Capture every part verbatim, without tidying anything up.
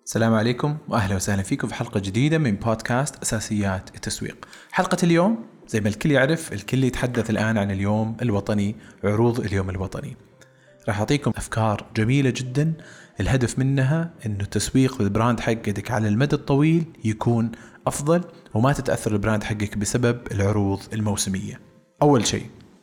السلام عليكم وأهلا وسهلا فيكم في حلقة جديدة من بودكاست أساسيات التسويق. حلقة اليوم زي ما الكل يعرف، الكل يتحدث الآن عن اليوم الوطني، عروض اليوم الوطني. راح أعطيكم أفكار جميلة جدا، الهدف منها أنه التسويق للبراند حقك على المدى الطويل يكون أفضل وما تتأثر البراند حقك بسبب العروض الموسمية. أول شيء،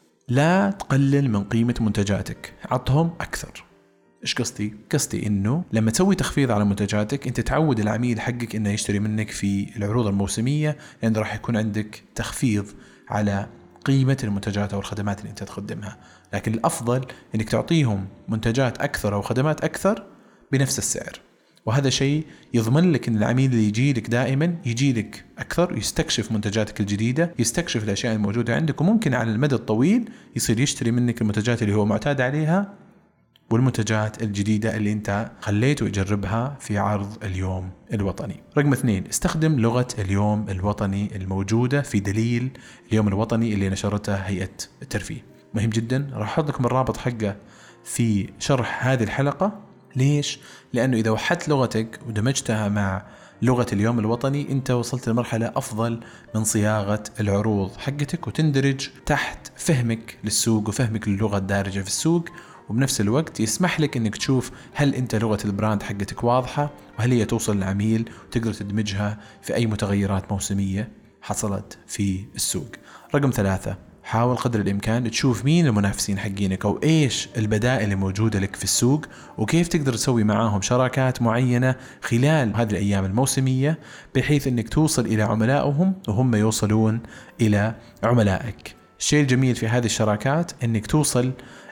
لا تقلل من قيمة منتجاتك، عطهم أكثر. إيش قصدي؟ قصدي إنه لما تسوي تخفيض على منتجاتك أنت تعود العميل حقك إنه يشتري منك في العروض الموسمية، لأن راح يكون عندك تخفيض على قيمة المنتجات أو الخدمات اللي أنت تقدمها. لكن الأفضل إنك تعطيهم منتجات أكثر أو خدمات أكثر بنفس السعر، وهذا شيء يضمن لك إن العميل اللي يجي لك دائما يجي لك أكثر، يستكشف منتجاتك الجديدة، يستكشف الأشياء الموجودة عندك، وممكن على المدى الطويل يصير يشتري منك المنتجات اللي هو معتاد عليها والمنتجات الجديدة اللي انت خليته يجربها في عرض اليوم الوطني. رقم اثنين، استخدم لغة اليوم الوطني الموجودة في دليل اليوم الوطني اللي نشرته هيئة الترفيه. مهم جدا، راح احط لكم الرابط حقه في شرح هذه الحلقة. ليش؟ لأنه إذا وحدت لغتك ودمجتها مع لغة اليوم الوطني انت وصلت لمرحلة أفضل من صياغة العروض حقتك، وتندرج تحت فهمك للسوق وفهمك للغة الدارجة في السوق، وبنفس الوقت يسمح لك انك تشوف هل انت لغة البراند حقتك واضحة، وهل هي توصل للعميل وتقدر تدمجها في اي متغيرات موسمية حصلت في السوق. رقم ثلاثة، حاول قدر الامكان تشوف مين المنافسين حقينك او ايش البدائل الموجودة لك في السوق، وكيف تقدر تسوي معاهم شراكات معينة خلال هذه الايام الموسمية، بحيث انك توصل الى عملائهم وهم يوصلون الى عملائك. الشيء الجميل في هذه الشراكات انك توصل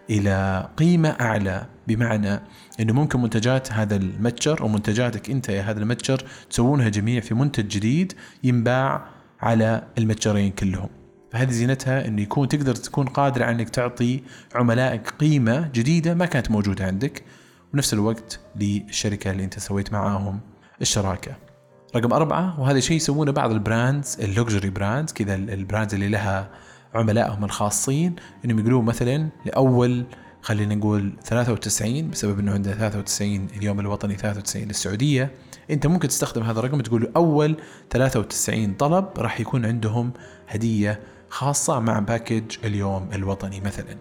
إلى قيمة أعلى، بمعنى أنه ممكن منتجات هذا المتجر ومنتجاتك أنت يا هذا المتجر تسوونها جميع في منتج جديد ينباع على المتجرين كلهم. فهذه زينتها أنه يكون تقدر تكون قادر أنك تعطي عملائك قيمة جديدة ما كانت موجودة عندك، ونفس الوقت للشركة اللي أنت سويت معاهم الشراكة. رقم أربعة، وهذا شيء يسوونه بعض البراندز اللوكسجري براندز كذا، البراندز اللي لها عملائهم الخاصين، انهم يقولوا مثلا لأول خلينا نقول ثلاثة وتسعين، بسبب انه عنده ثلاثة وتسعين اليوم الوطني ثلاثة وتسعين للسعودية، انت ممكن تستخدم هذا الرقم تقول اول ثلاثة وتسعين طلب راح يكون عندهم هدية خاصة مع باكج اليوم الوطني مثلا.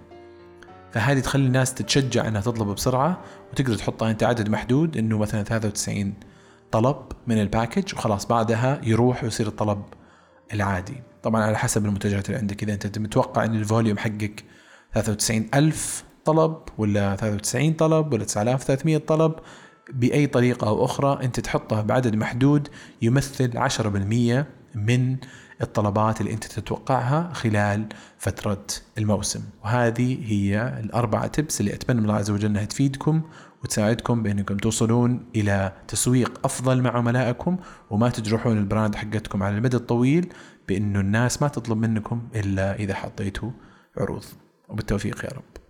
فهذه تخلي الناس تتشجع انها تطلب بسرعة، وتقدر تحطها انت عدد محدود انه مثلا ثلاثة وتسعين طلب من الباكج، وخلاص بعدها يروح ويصير الطلب العادي. طبعا على حسب المنتجات اللي عندك، إذا أنت متوقع أن الفوليوم حقك ثلاثة وتسعين ألف طلب ولا ثلاثة وتسعين طلب ولا تسعة آلاف وثلاثمية طلب، بأي طريقة أو أخرى أنت تحطها بعدد محدود يمثل عشرة بالمية من الطلبات اللي أنت تتوقعها خلال فترة الموسم. وهذه هي الأربعة تبس اللي أتمنى من الله عز وجل أنها تفيدكم وتساعدكم بأنكم توصلون إلى تسويق أفضل مع عملائكم، وما تجرحون البراند حقتكم على المدى الطويل بأنه الناس ما تطلب منكم إلا إذا حطيتوا عروض. وبالتوفيق يا رب.